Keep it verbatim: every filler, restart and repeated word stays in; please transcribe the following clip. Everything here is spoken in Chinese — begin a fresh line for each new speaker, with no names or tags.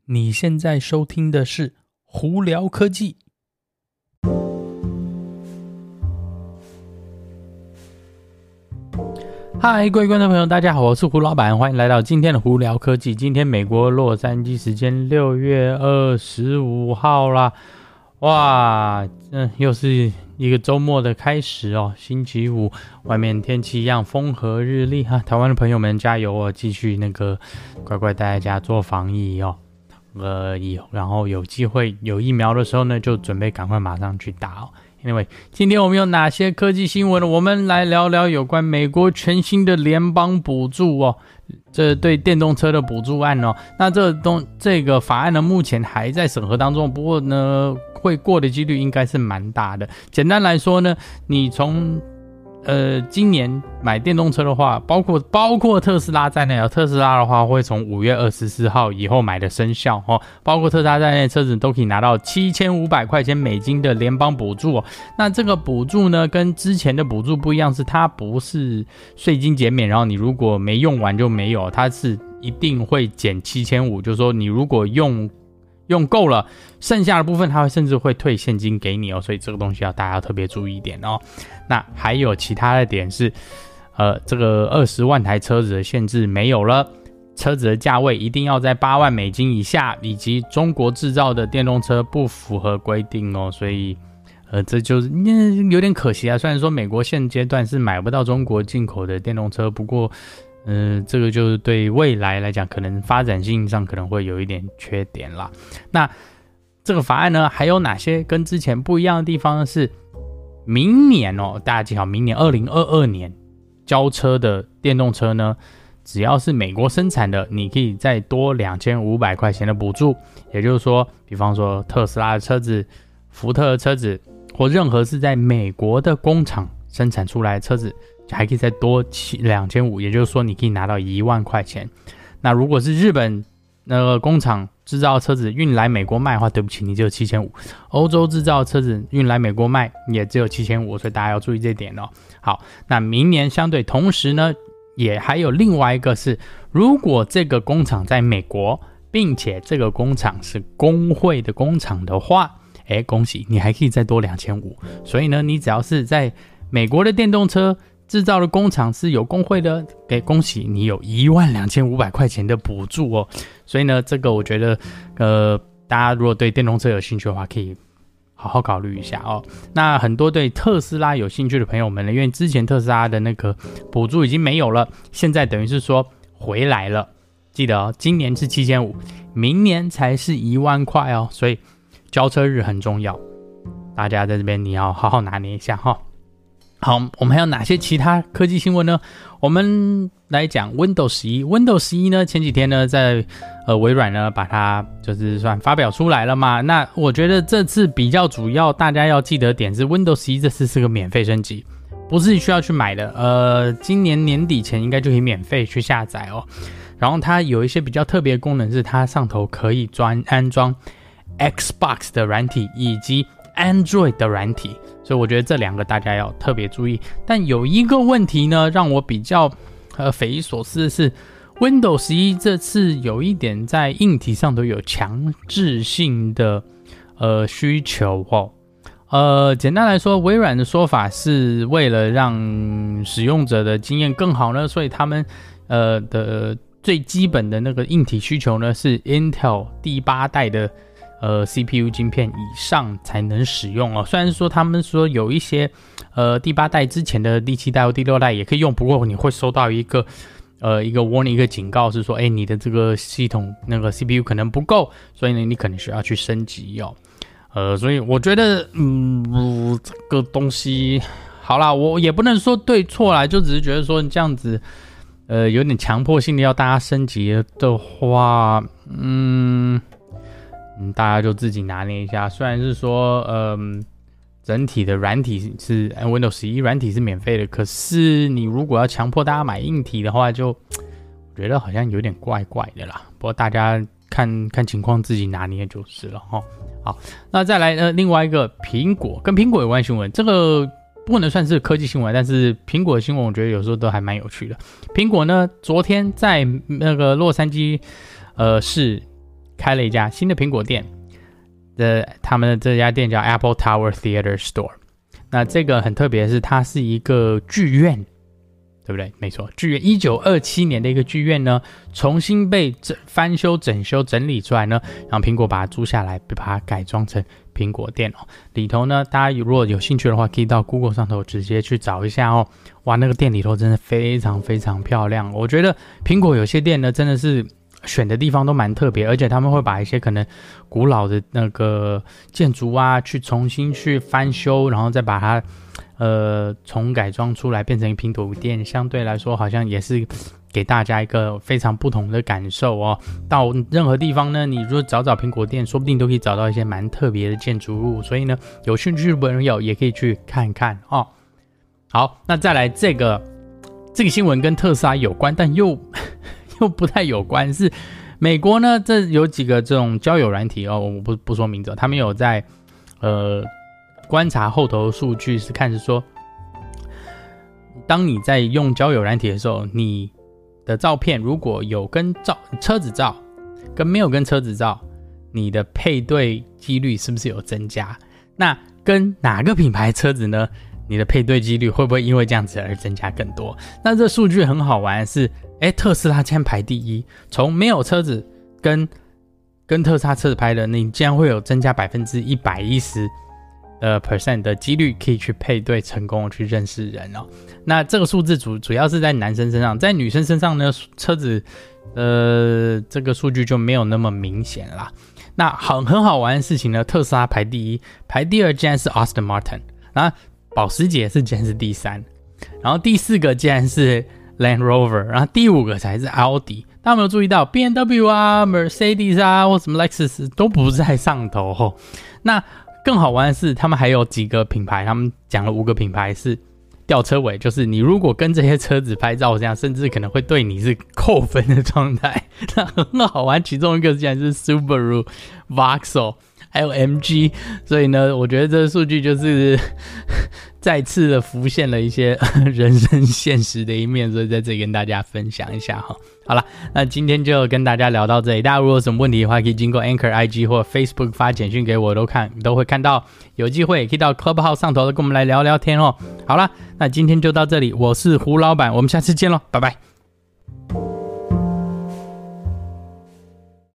你现在收听的是胡聊科技。嗨，各位观众朋友，大家好，我是胡老板，欢迎来到今天的胡聊科技。今天美国洛杉矶时间六月二十五号啦，哇，嗯，又是一个周末的开始哦。星期五，外面天气一样风和日丽哈。台湾的朋友们加油哦，继续那个乖乖待在家做防疫哦。呃，以然后有机会有疫苗的时候呢，就准备赶快马上去打哦。Anyway， 今天我们有哪些科技新闻呢？我们来聊聊有关美国全新的联邦补助哦，这对电动车的补助案哦。那这东这个法案呢，目前还在审核当中，不过呢，会过的几率应该是蛮大的。简单来说呢，你从呃，今年买电动车的话，包括包括特斯拉在内啊，特斯拉的话会从五月二十四号以后买的生效哦，包括特斯拉在内的车子都可以拿到七千五百块钱美金的联邦补助哦。那这个补助呢，跟之前的补助不一样，是它不是税金减免，然后你如果没用完就没有，它是一定会减七千五，就是说你如果用用够了，剩下的部分它会甚至会退现金给你哦，所以这个东西要大家要特别注意一点哦。那还有其他的点是，呃，这个二十万台车子的限制没有了，车子的价位一定要在八万美金以下，以及中国制造的电动车不符合规定哦，所以呃，这就是有点可惜啊。虽然说美国现阶段是买不到中国进口的电动车，不过嗯、呃，这个就是对未来来讲，可能发展性上可能会有一点缺点啦。那这个法案呢，还有哪些跟之前不一样的地方呢？是明年哦，大家记好，明年二零二二年交车的电动车呢，只要是美国生产的，你可以再多两千五百块钱的补助。也就是说，比方说特斯拉的车子、福特的车子，或任何是在美国的工厂生产出来的车子，还可以再多两千五，也就是说你可以拿到一万块钱。那如果是日本那个工厂制造的车子运来美国卖的话，对不起，你只有七千五。欧洲制造的车子运来美国卖也只有七千五，所以大家要注意这点哦。好，那明年相对同时呢，也还有另外一个是，如果这个工厂在美国，并且这个工厂是工会的工厂的话，哎，恭喜你还可以再多两千五。所以呢，你只要是在美国的电动车制造的工厂是有工会的，给恭喜你有一万两千五百块钱的补助哦。所以呢，这个我觉得，呃，大家如果对电动车有兴趣的话，可以好好考虑一下哦。那很多对特斯拉有兴趣的朋友们呢，因为之前特斯拉的那个补助已经没有了，现在等于是说回来了。记得哦，今年是七千五，明年才是一万块哦。所以交车日很重要，大家在这边你要好好拿捏一下哈、哦。好，我们还有哪些其他科技新闻呢？我们来讲 Windows 十一。Windows 十一呢，前几天呢，在呃微软呢把它就是算发表出来了嘛。那我觉得这次比较主要大家要记得点是 Windows 十一这次是个免费升级，不是需要去买的。呃，今年年底前应该就可以免费去下载哦。然后它有一些比较特别的功能是，它上头可以装安装 Xbox 的软体以及 Android 的软体。所以我觉得这两个大家要特别注意。但有一个问题呢，让我比较呃匪夷所思的是 Windows 十一这次有一点在硬体上都有强制性的呃需求哦。呃，简单来说，微软的说法是为了让使用者的经验更好呢，所以他们呃的最基本的那个硬体需求呢是 Intel 第八代的呃 C P U 晶片以上才能使用哦。虽然说他们说有一些呃第八代之前的第七代或第六代也可以用，不过你会收到一个呃一个 warning 一个警告，是说哎你的这个系统那个 C P U 可能不够，所以呢你可能需要去升级哦。呃，所以我觉得嗯、呃、这个东西好啦，我也不能说对错啦，就只是觉得说这样子呃有点强迫性的要大家升级的话，嗯。嗯，大家就自己拿捏一下。虽然是说，嗯，整体的软体是 Windows 十一软体是免费的，可是你如果要强迫大家买硬体的话，就我觉得好像有点怪怪的啦。不过大家看看情况自己拿捏就是了哈。好，那再来呃，另外一个苹果跟苹果有关新闻，这个不能算是科技新闻，但是苹果的新闻我觉得有时候都还蛮有趣的。苹果呢，昨天在那个洛杉矶呃市开了一家新的苹果店的，他们的这家店叫 Apple Tower Theater Store。那这个很特别的是，它是一个剧院，对不对？没错，剧院一九二七年的一个剧院呢，重新被翻修、整修、整理出来呢，然后苹果把它租下来，把它改装成苹果店哦。里头呢，大家如果有兴趣的话，可以到 Google 上头直接去找一下哦。哇，那个店里头真的非常非常漂亮。我觉得苹果有些店呢，真的是选的地方都蛮特别，而且他们会把一些可能古老的那个建筑啊，去重新去翻修，然后再把它呃重改装出来，变成一个苹果店，相对来说好像也是给大家一个非常不同的感受哦。到任何地方呢，你如果找找苹果店，说不定都可以找到一些蛮特别的建筑物，所以呢，有兴趣的朋友也可以去看看哦。好，那再来这个这个新闻跟特斯拉有关，但又又不太有关，是美国呢，这有几个这种交友软体哦，我不不说名字，他们有在呃观察后头的数据，是看是说，当你在用交友软体的时候，你的照片如果有跟照车子照，跟没有跟车子照，你的配对几率是不是有增加？那跟哪个品牌车子呢？你的配对几率会不会因为这样子而增加更多？那这数据很好玩的是，诶，特斯拉竟然排第一，从没有车子跟跟特斯拉车子拍的，你竟然会有增加百分之一百一十呃 percent 的几率可以去配对成功去认识人哦。那这个数字主主要是在男生身上，在女生身上呢，车子呃这个数据就没有那么明显啦。那很很好玩的事情呢，特斯拉排第一，排第二竟然是 Aston Martin， 然后保时捷是竟然是第三，然后第四个竟然是 Land Rover， 然后第五个才是奥迪。大家有没有注意到 B M W 啊 Mercedes 啊或什么 Lexus 都不在上头哦。那更好玩的是，他们还有几个品牌，他们讲了五个品牌是吊车尾，就是你如果跟这些车子拍照，这样甚至可能会对你是扣分的状态。那很好玩，其中一个竟然是 Subaru、Vauxhall 还有 M G， 所以呢，我觉得这个数据就是再次的浮现了一些人生现实的一面，所以在这里跟大家分享一下哈。好了，那今天就跟大家聊到这里。大家如果有什么问题的话，可以经过 Anchor、I G 或 Facebook 发简讯给我，都看都会看到。有机会也可以到 Clubhouse 上头跟我们来聊聊天哦。好了，那今天就到这里，我是胡老板，我们下次见咯，拜拜。